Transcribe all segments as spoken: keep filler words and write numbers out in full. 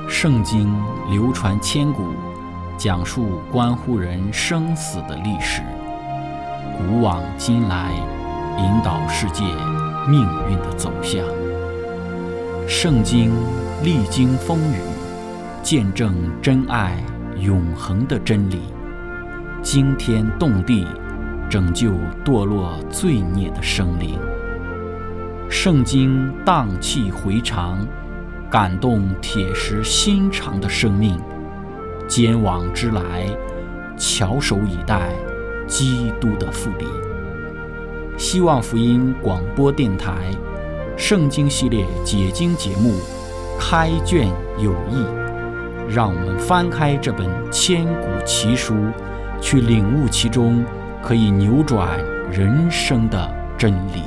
圣经流传千古，讲述关乎人生死的历史，古往今来，引导世界命运的走向。圣经历经风雨，见证真爱永恒的真理，惊天动地，拯救堕落罪孽的生灵。圣经荡气回肠，感动铁石心肠的生命，坚往之来，翘首以待基督的复临。希望福音广播电台圣经系列解经节目开卷有益，让我们翻开这本千古奇书，去领悟其中可以扭转人生的真理。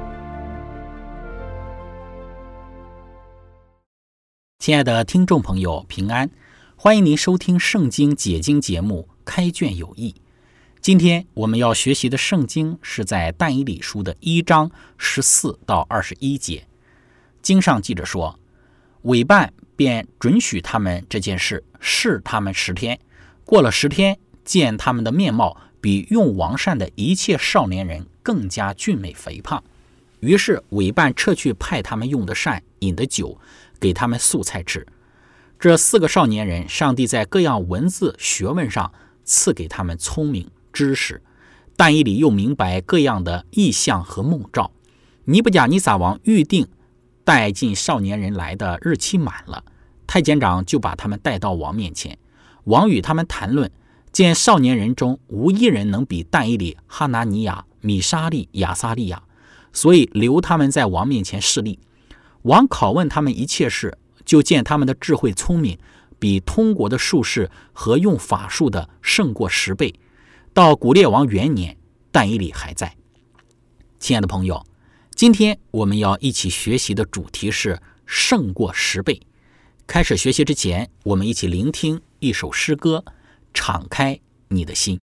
亲爱的听众朋友，平安，欢迎您收听圣经解经节目开卷有益。今天我们要学习的圣经是在但以理书的一章十四到二十一节。经上记着说，委办便准许他们这件事，试他们十天。过了十天，见他们的面貌比用王膳的一切少年人更加俊美肥胖，于是委办撤去派他们用的膳、饮的酒，给他们素菜吃。这四个少年人，上帝在各样文字学问上赐给他们聪明知识，但以理又明白各样的意象和梦兆。尼布甲尼撒王预定带进少年人来的日期满了，太监长就把他们带到王面前。王与他们谈论，见少年人中无一人能比但以理、哈拿尼亚、米沙利、亚撒利亚，所以留他们在王面前示例。王拷问他们一切事，就见他们的智慧聪明，比通国的术士和用法术的胜过十倍。到古列王元年，但以理还在。亲爱的朋友，今天我们要一起学习的主题是胜过十倍。开始学习之前，我们一起聆听一首诗歌，敞开你的心。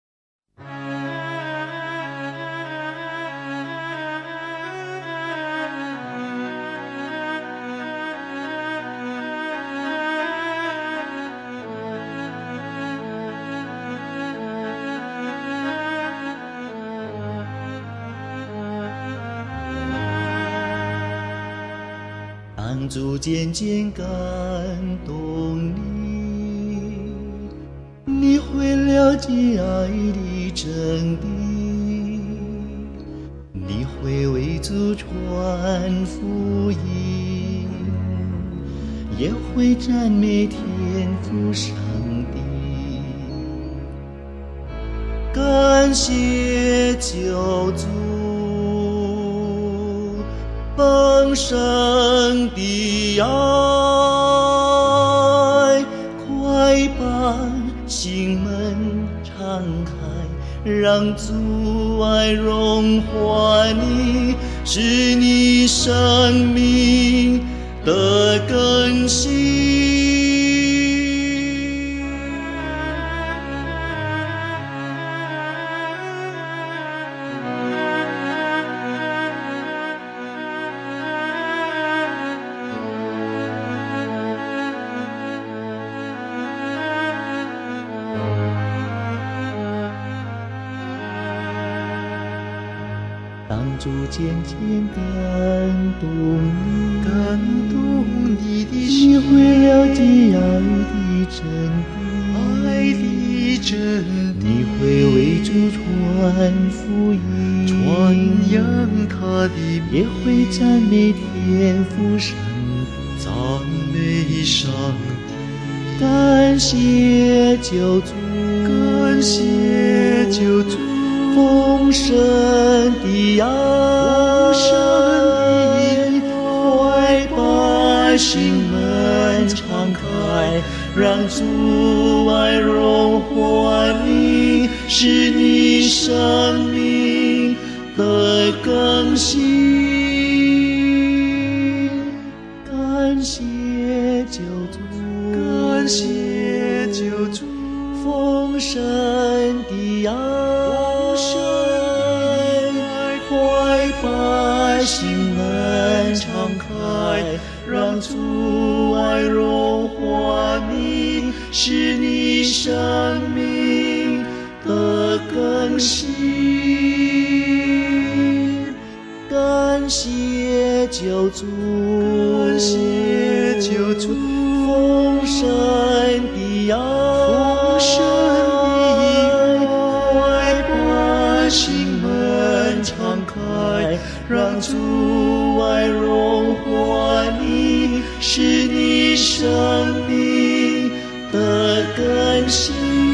当主渐渐感动你，你会了解爱的真理，你会为主传福音，也会赞美天父上帝。感谢救主丰盛的爱，快把心门敞开，让主爱融化你，使你生命得更新。当主渐渐感动你，感动你的心，你会了解爱的真理，爱的真理，你会为主传福音，传扬他的名，也会赞美天父上帝，赞美上帝。感谢救主，感谢救主。丰盛的爱，丰盛的爱，快把心门敞开，让主爱融化你，使你生命得更新。感谢救主，感谢救主，丰盛的爱。把心门敞开，让主爱融化是你生命的更新。感谢救主，感谢救主，丰盛的爱，丰盛的爱，把心门敞开，让主爱融化你，是你生命的更新。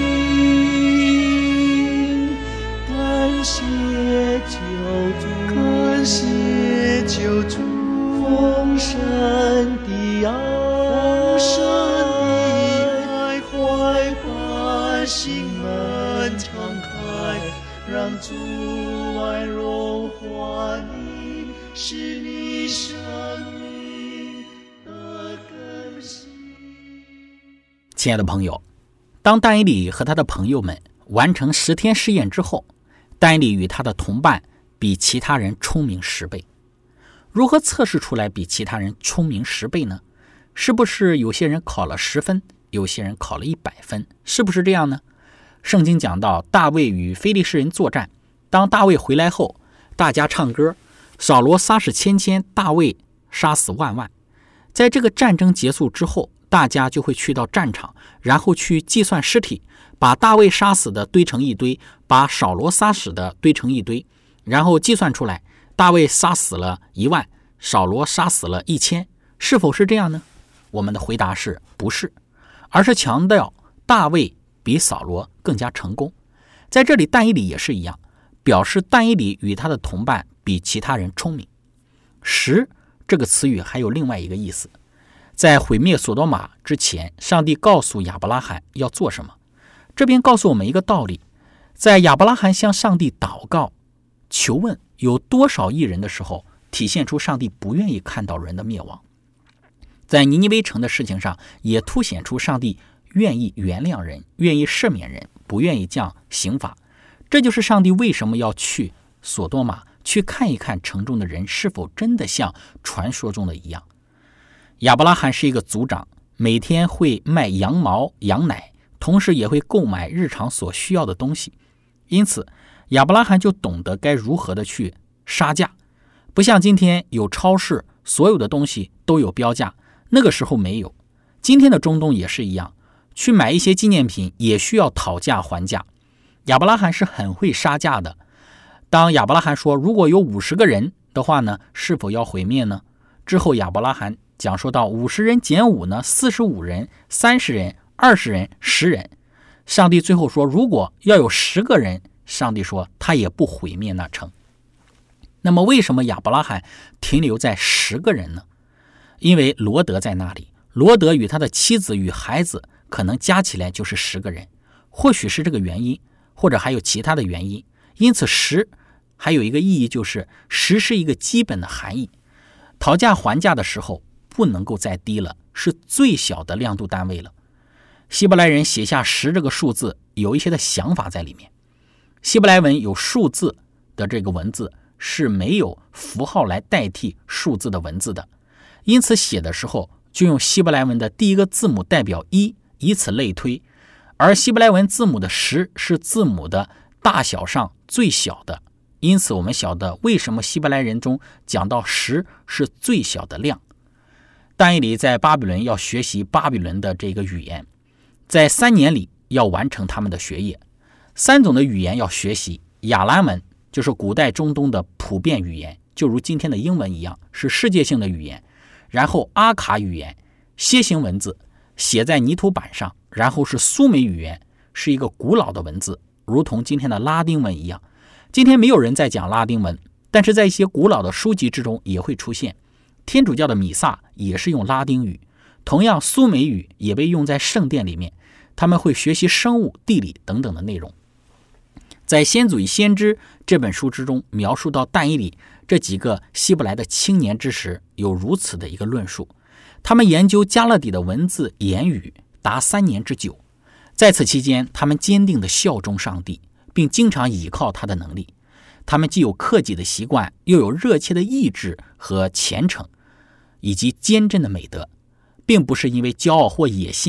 感谢救主，感谢救主，丰盛的爱，丰盛的爱，快把心门敞开，让主爱融化你，是你生命的更新。 亲爱的朋友，当但以理和他的朋友们完成十天试验之后，但以理与他的同伴比其他人聪明十倍。如何测试出来比其他人聪明十倍呢？是不是有些人考了十分，有些人考了一百分？是不是这样呢？圣经讲到大卫与非利士人作战，当大卫回来后，大家唱歌，扫罗杀死千千，大卫杀死万万。在这个战争结束之后，大家就会去到战场，然后去计算尸体，把大卫杀死的堆成一堆，把扫罗杀死的堆成一堆，然后计算出来大卫杀死了一万，扫罗杀死了一千，是否是这样呢？我们的回答是不是，而是强调大卫比扫罗更加成功。在这里但以理也是一样，表示但以理与他的同伴比其他人聪明。十这个词语还有另外一个意思，在毁灭所多玛之前，上帝告诉亚伯拉罕要做什么。这边告诉我们一个道理，在亚伯拉罕向上帝祷告求问有多少义人的时候，体现出上帝不愿意看到人的灭亡。在尼尼微城的事情上，也凸显出上帝愿意原谅人，愿意赦免人，不愿意降刑罚。这就是上帝为什么要去所多玛，去看一看城中的人是否真的像传说中的一样。亚伯拉罕是一个族长，每天会卖羊毛羊奶，同时也会购买日常所需要的东西，因此亚伯拉罕就懂得该如何的去杀价。不像今天有超市，所有的东西都有标价，那个时候没有。今天的中东也是一样，去买一些纪念品也需要讨价还价。亚伯拉罕是很会杀价的。当亚伯拉罕说如果有五十个人的话呢，是否要毁灭呢？之后亚伯拉罕讲说到五十人减五呢，四十五人，三十人，二十人，十人。上帝最后说如果要有十个人，上帝说他也不毁灭那城。那么为什么亚伯拉罕停留在十个人呢？因为罗德在那里，罗德与他的妻子与孩子可能加起来就是十个人，或许是这个原因，或者还有其他的原因。因此十还有一个意义，就是十是一个基本的含义，讨价还价的时候不能够再低了，是最小的量度单位了。希伯来人写下十这个数字有一些的想法在里面。希伯来文有数字的这个文字是没有符号来代替数字的文字的，因此写的时候就用希伯来文的第一个字母代表一，以此类推。而希伯来文字母的十是字母的大小上最小的，因此我们晓得为什么希伯来人中讲到十是最小的量。但以理在巴比伦要学习巴比伦的这个语言，在三年里要完成他们的学业。三种的语言要学习，亚兰文就是古代中东的普遍语言，就如今天的英文一样，是世界性的语言。然后阿卡语言，楔形文字，写在泥土板上。然后是苏美语言，是一个古老的文字，如同今天的拉丁文一样。今天没有人在讲拉丁文，但是在一些古老的书籍之中也会出现。天主教的弥撒也是用拉丁语，同样苏美语也被用在圣殿里面，他们会学习生物、地理等等的内容。在《先祖与先知》这本书之中，描述到但以理这几个希伯来的青年之时，有如此的一个论述。他们研究加勒底的文字言语达三年之久，在此期间，他们坚定地效忠上帝，并经常倚靠他的能力。他们既有克己的习惯，又有热切的意志和虔诚，以及坚贞的美德，并不是因为骄傲或野心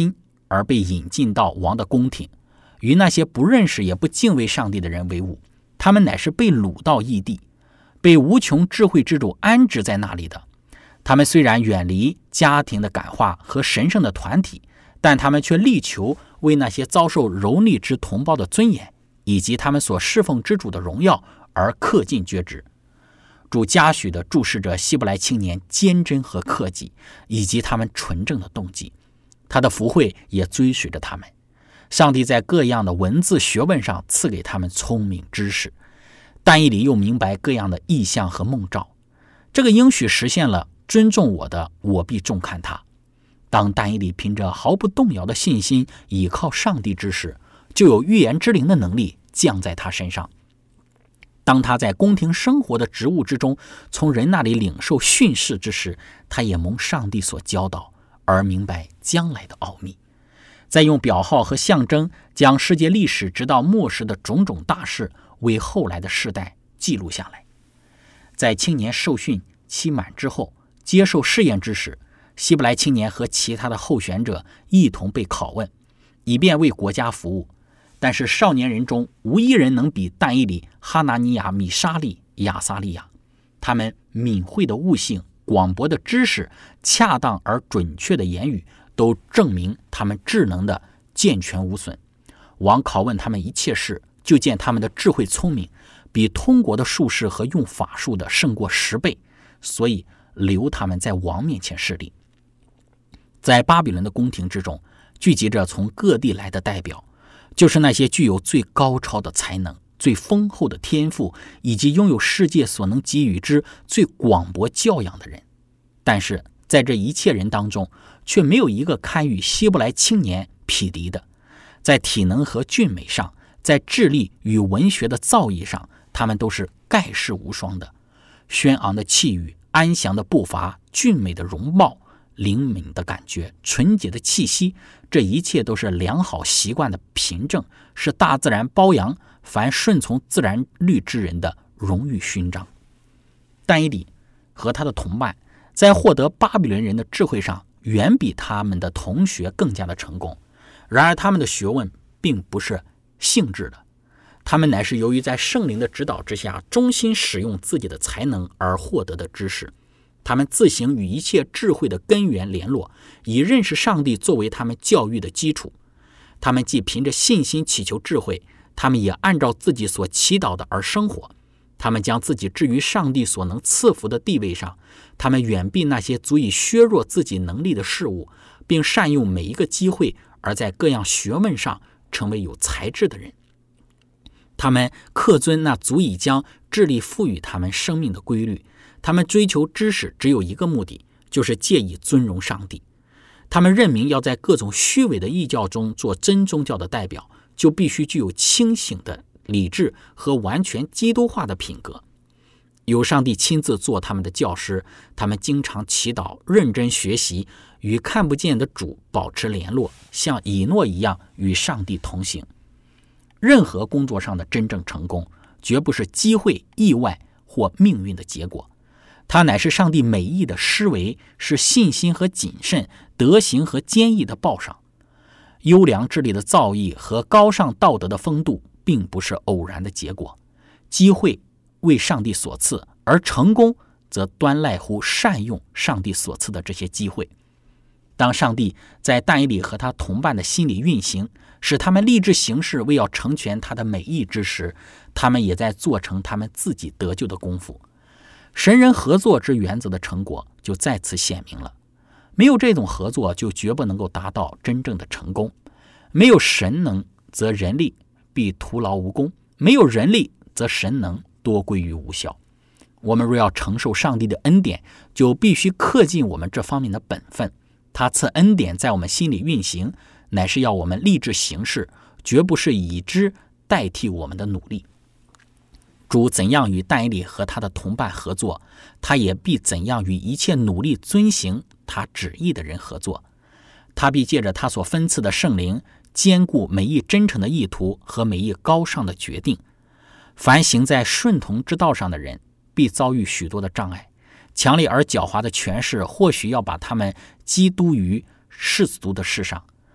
而被引进到王的宫廷，与那些不认识也不敬畏上帝的人为伍。他们乃是被掳到异地，被无穷智慧之主安置在那里的。他们虽然远离家庭的感化和神圣的团体，但他们却力求为那些遭受蹂躏之同胞的尊严以及他们所侍奉之主的荣耀而恪尽厥职。主嘉许的注视着希伯来青年坚贞和克己，以及他们纯正的动机。他的福惠也追随着他们。上帝在各样的文字学问上赐给他们聪明知识，但以理又明白各样的意象和梦兆。这个应许实现了，尊重我的，我必重看他。当但以理凭着毫不动摇的信心倚靠上帝之时，就有预言之灵的能力降在他身上。当他在宫廷生活的职务之中从人那里领受训示之时，他也蒙上帝所教导，而明白将来的奥秘，再用表号和象征将世界历史直到末世的种种大事为后来的世代记录下来。在青年受训期满之后，接受试验之时，希伯来青年和其他的候选者一同被拷问，以便为国家服务。但是少年人中无一人能比但以理、哈拿尼亚、米沙利、亚撒利亚。他们敏慧的悟性、广博的知识、恰当而准确的言语，都证明他们智能的健全无损。王拷问他们一切事，就见他们的智慧聪明，比通国的术士和用法术的胜过十倍，所以留他们在王面前侍立。在巴比伦的宫廷之中，聚集着从各地来的代表，就是那些具有最高超的才能、最丰厚的天赋，以及拥有世界所能给予之最广博教养的人。但是在这一切人当中，却没有一个堪与希伯来青年匹敌的。在体能和俊美上，在智力与文学的造诣上，他们都是盖世无双的。轩昂的气宇、安详的步伐、俊美的容貌、灵敏的感觉、纯洁的气息，这一切都是良好习惯的凭证，是大自然褒扬凡顺从自然律之人的荣誉勋章。但以理和他的同伴在获得巴比伦人的智慧上，远比他们的同学更加的成功。然而他们的学问并不是性质的，他们乃是由于在圣灵的指导之下，忠心使用自己的才能而获得的知识。他们自行与一切智慧的根源联络，以认识上帝作为他们教育的基础。他们既凭着信心祈求智慧，他们也按照自己所祈祷的而生活。他们将自己置于上帝所能赐福的地位上，他们远避那些足以削弱自己能力的事物，并善用每一个机会，而在各样学问上成为有才智的人。他们恪遵那足以将智力赋予他们生命的规律。他们追求知识只有一个目的，就是借以尊荣上帝。他们认明要在各种虚伪的异教中做真宗教的代表，就必须具有清醒的理智和完全基督化的品格。有上帝亲自做他们的教师，他们经常祈祷，认真学习，与看不见的主保持联络，像以诺一样与上帝同行。任何工作上的真正成功，绝不是机会、意外或命运的结果，它乃是上帝美意的施为，是信心和谨慎、德行和坚毅的报赏。优良智力的造诣和高尚道德的风度并不是偶然的结果，机会为上帝所赐，而成功则端赖乎善用上帝所赐的这些机会。当上帝在但以理和他同伴的心里运行，使他们立志行事，为要成全他的美意之时，他们也在做成他们自己得救的功夫。神人合作之原则的成果就在此显明了。没有这种合作，就绝不能够达到真正的成功。没有神能，则人力必徒劳无功；没有人力，则神能多归于无效。我们若要承受上帝的恩典，就必须恪尽我们这方面的本分。他赐恩典在我们心里运行，乃是要我们立志行事，绝不是以之代替我们的努力。主怎样与但以理和他的同伴合作，他也必怎样与一切努力遵行他旨意的人合作。他必借着他所分赐的圣灵，兼顾每一真诚的意图和每一高尚的决定。凡行在顺同之道上的人，必遭遇许多的障碍。强烈而狡猾的权势或许要把他们基督于世俗的事上，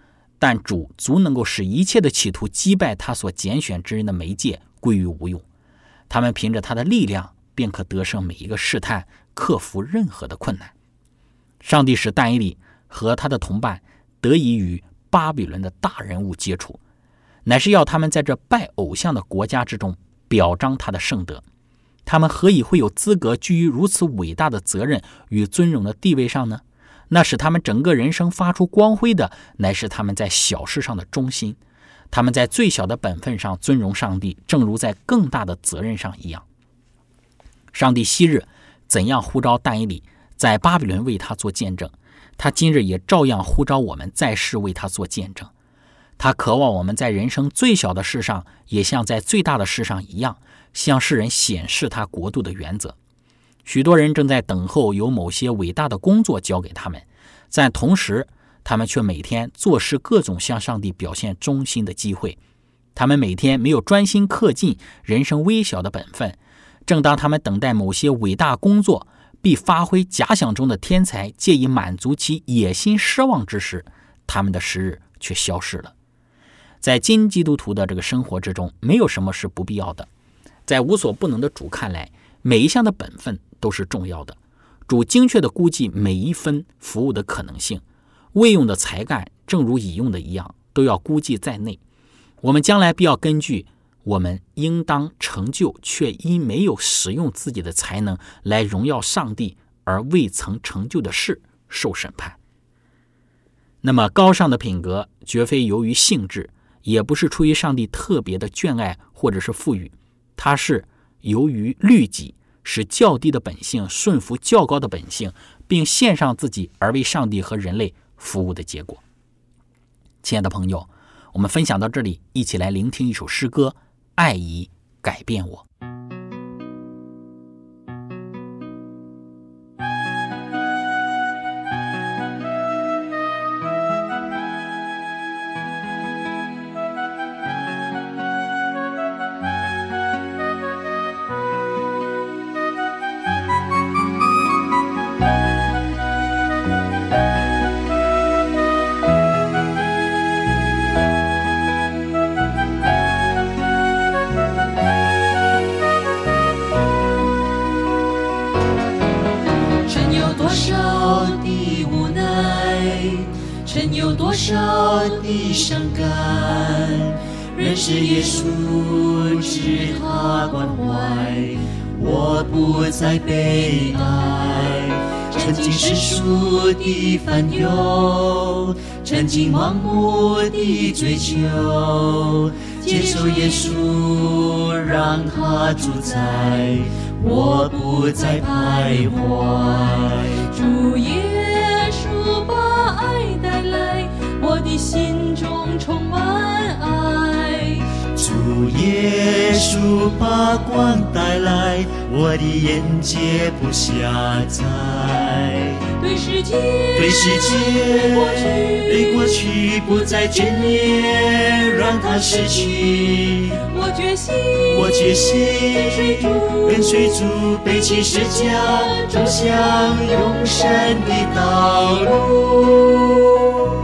但主足能够使一切的企图击败他所拣选之人的媒介归于无用。他们凭着他的力量便可得胜每一个试探，克服任何的困难。上帝使但以理和他的同伴得以与巴比伦的大人物接触，乃是要他们在这拜偶像的国家之中表彰他的圣德。他们何以会有资格居于如此伟大的责任与尊荣的地位上呢？那使他们整个人生发出光辉的，乃是他们在小事上的忠心。他们在最小的本分上尊荣上帝，正如在更大的责任上一样。上帝昔日怎样呼召但以理在巴比伦为他做见证，他今日也照样呼召我们在世为他做见证。他渴望我们在人生最小的事上，也像在最大的事上一样，向世人显示他国度的原则。许多人正在等候有某些伟大的工作交给他们，但同时他们却每天坐视各种向上帝表现忠心的机会。他们每天没有专心恪尽人生微小的本分。正当他们等待某些伟大工作必发挥假想中的天才，借以满足其野心失望之时，他们的时日却消失了。在今基督徒的这个生活之中，没有什么是不必要的。在无所不能的主看来，每一项的本分都是重要的。主精确地估计每一分服务的可能性，未用的才干正如已用的一样，都要估计在内。我们将来必要根据我们应当成就却因没有使用自己的才能来荣耀上帝而未曾成就的事受审判。那么高尚的品格绝非由于性质，也不是出于上帝特别的眷爱或者是赋予，它是由于律己，使较低的本性顺服较高的本性，并献上自己而为上帝和人类服务的结果。亲爱的朋友，我们分享到这里，一起来聆听一首诗歌，爱已改变我。 曾有多少的伤感，认识耶稣，知他关怀，我不再悲哀。曾经世俗的烦忧，曾经盲目的追求，接受耶稣，让他主宰，我不再徘徊。 主耶稣把爱带来，我的心中充满爱。 主耶稣把光带来，我的眼界不狭窄。 对世界， 对世界，对过去不再眷恋，让它逝去。 我决心， 我决心跟随主， 跟随主，背起十架，走向永生的道路。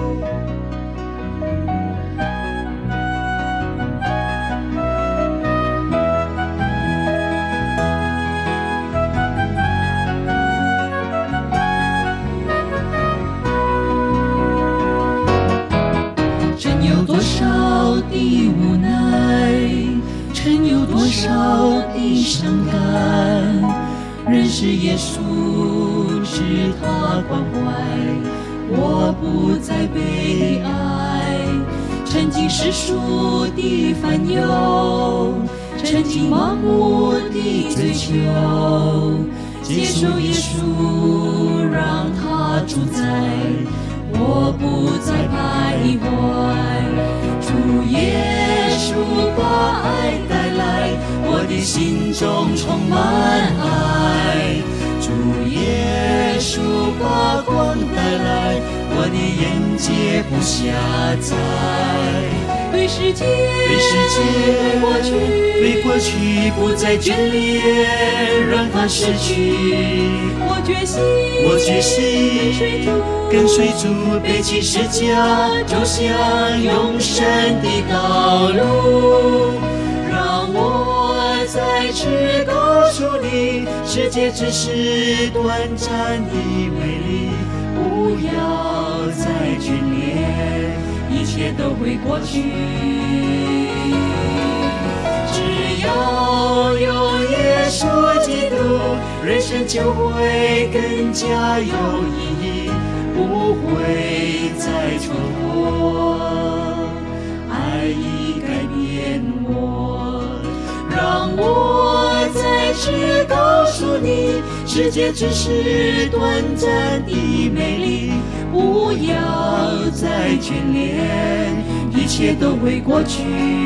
多少的伤感，认识耶稣，知他关怀，我不再悲哀。曾经世俗的烦忧，曾经盲目的追求，接受耶稣，让他主宰，我不再徘徊。主耶稣把爱带来，我的心中充满爱。主耶稣把光带来，我的眼界不狭窄。 对世界， 对世界， 对过去， 对过去不再眷恋，让它逝去。 我决心， 我决心跟随主，背起十架，走向永生的道路。让我再次告诉你，世界只是短暂的美丽，不要再眷恋，一切都会过去。只要有耶稣基督，人生就会更加有意义，不会再蹉跎。爱已改变我，让我再次告诉你，世界只是短暂的美丽，不要再眷恋，一切都会过去。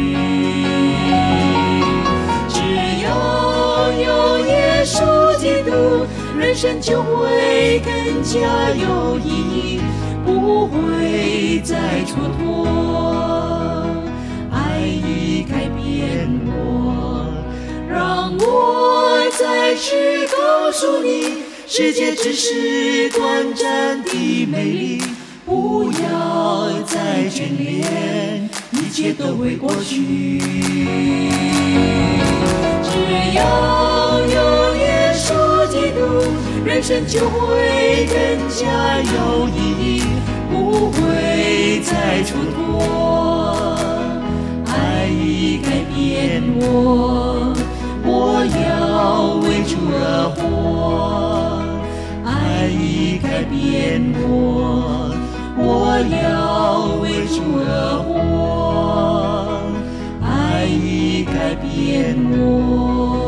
只要有耶稣基督，人生就会更加有意义，不会再蹉跎。爱已改变我，让我再次告诉你，世界只是短暂的美丽，不要再眷恋，一切都会过去。只要有耶稣基督，人生就会更加有意义，不会再蹉跎。爱已改变我，我要为主而活。爱已改变我，我要为主而活。爱已改变我。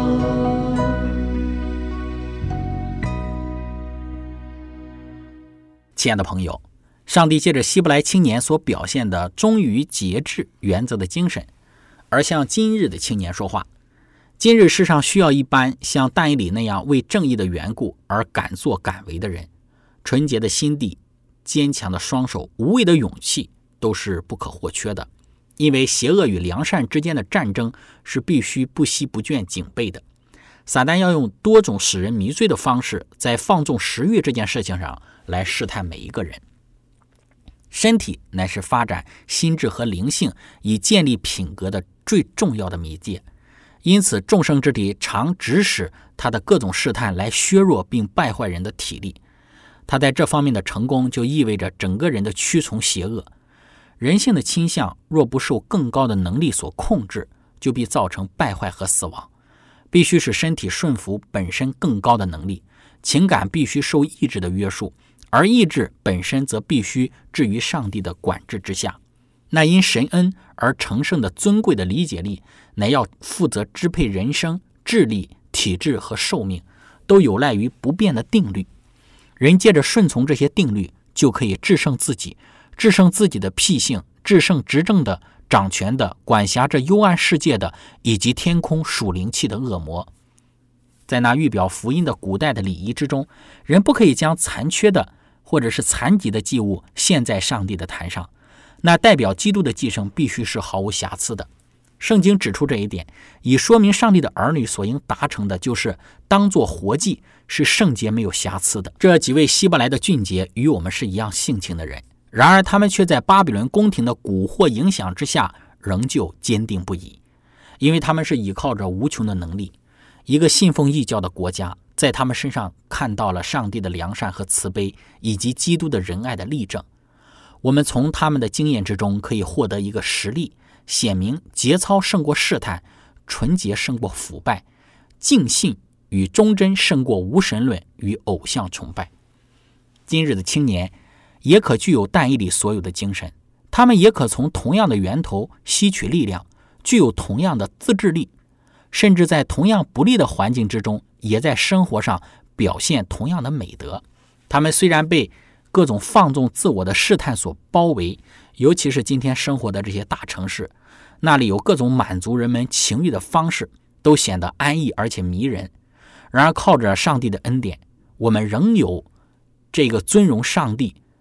亲爱的朋友，上帝借着希伯来青年所表现的忠于节制原则的精神，而向今日的青年说话。今日世上需要一般像但以理那样为正义的缘故而敢作敢为的人，纯洁的心地、坚强的双手、无畏的勇气都是不可或缺的。因为邪恶与良善之间的战争是必须不息不倦警备的。撒旦要用多种使人迷醉的方式，在放纵食欲这件事情上来试探每一个人。身体乃是发展心智和灵性以建立品格的最重要的媒介，因此众生之敌常指使他的各种试探来削弱并败坏人的体力。他在这方面的成功就意味着整个人的屈从邪恶。人性的倾向若不受更高的能力所控制，就必造成败坏和死亡。必须使身体顺服本身更高的能力，情感必须受意志的约束，而意志本身则必须置于上帝的管制之下。那因神恩而成圣的尊贵的理解力，乃要负责支配人生、智力、体质和寿命，都有赖于不变的定律。人借着顺从这些定律，就可以制胜自己，制胜自己的癖性，制胜执政的、掌权的、管辖着幽暗世界的，以及天空属灵气的恶魔。在那预表福音的古代的礼仪之中，人不可以将残缺的或者是残疾的祭物献在上帝的坛上，那代表基督的祭牲必须是毫无瑕疵的。圣经指出这一点，以说明上帝的儿女所应达成的就是当作活祭，是圣洁没有瑕疵的。这几位希伯来的俊杰与我们是一样性情的人，然而他们却在巴比伦宫廷的蛊惑影响之下仍旧坚定不移，因为他们是依靠着无穷的能力。一个信奉异教的国家在他们身上看到了上帝的良善和慈悲，以及基督的仁爱的例证。我们从他们的经验之中可以获得一个实例，显明节操胜过试探，纯洁胜过腐败，敬信与忠贞胜过无神论与偶像崇拜。今日的青年也可具有但以理所有的精神，他们也可从同样的源头吸取力量，具有同样的自制力，甚至在同样不利的环境之中，也在生活上表现同样的美德。他们虽然被各种放纵自我的试探所包围，尤其是今天生活的这些大城市，那里有各种满足人们情欲的方式，都显得安逸而且迷人。然而靠着上帝的恩典，我们仍有这个尊荣上帝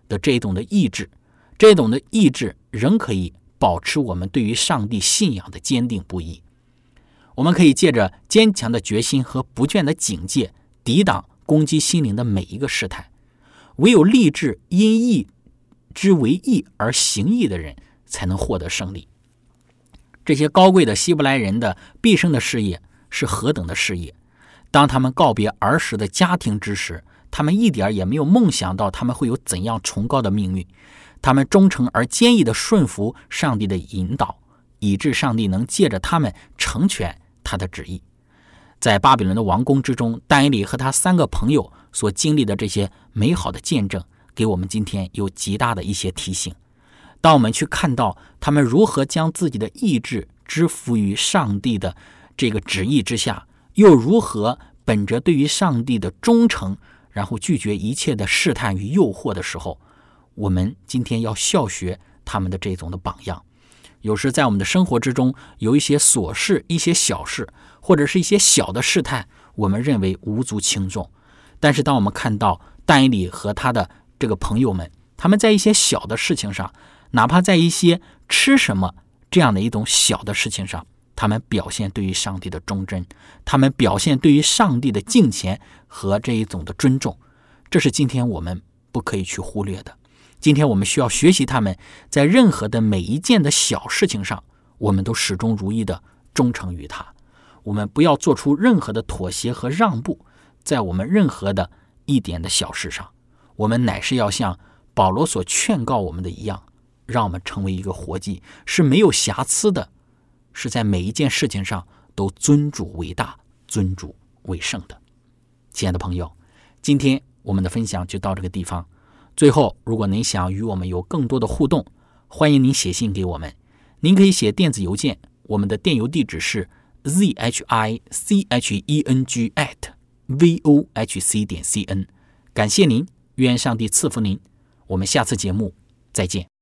的这种的意志，这种的意志仍可以保持我们对于上帝信仰的坚定不移。我们可以借着坚强的决心和不倦的警戒，抵挡攻击心灵的每一个试探。唯有立志因义之为义而行义的人，才能获得胜利。这些高贵的希伯来人的毕生的事业是何等的事业！当他们告别儿时的家庭之时，他们一点也没有梦想到他们会有怎样崇高的命运。他们忠诚而坚毅地顺服上帝的引导，以致上帝能借着他们成全他的旨意。在巴比伦的王宫之中，但以理和他三个朋友所经历的这些美好的见证，给我们今天有极大的一些提醒。当我们去看到他们如何将自己的意志支付于上帝的这个旨意之下，又如何本着对于上帝的忠诚，然后拒绝一切的试探与诱惑的时候，我们今天要效学他们的这种的榜样。有时在我们的生活之中，有一些琐事，一些小事，或者是一些小的试探，我们认为无足轻重。但是当我们看到但以理和他的这个朋友们，他们在一些小的事情上，哪怕在一些吃什么这样的一种小的事情上，他们表现对于上帝的忠贞，他们表现对于上帝的敬虔和这一种的尊重，这是今天我们不可以去忽略的。今天我们需要学习他们在任何的每一件的小事情上，我们都始终如一的忠诚于他。我们不要做出任何的妥协和让步，在我们任何的一点的小事上，我们乃是要像保罗所劝告我们的一样，让我们成为一个活祭，是没有瑕疵的，是在每一件事情上都尊主为大，尊主为圣的。亲爱的朋友，今天我们的分享就到这个地方。最后，如果您想与我们有更多的互动，欢迎您写信给我们。您可以写电子邮件，我们的电邮地址是 z h i c h e n g at v o h c 点 c n。感谢您，愿上帝赐福您。我们下次节目再见。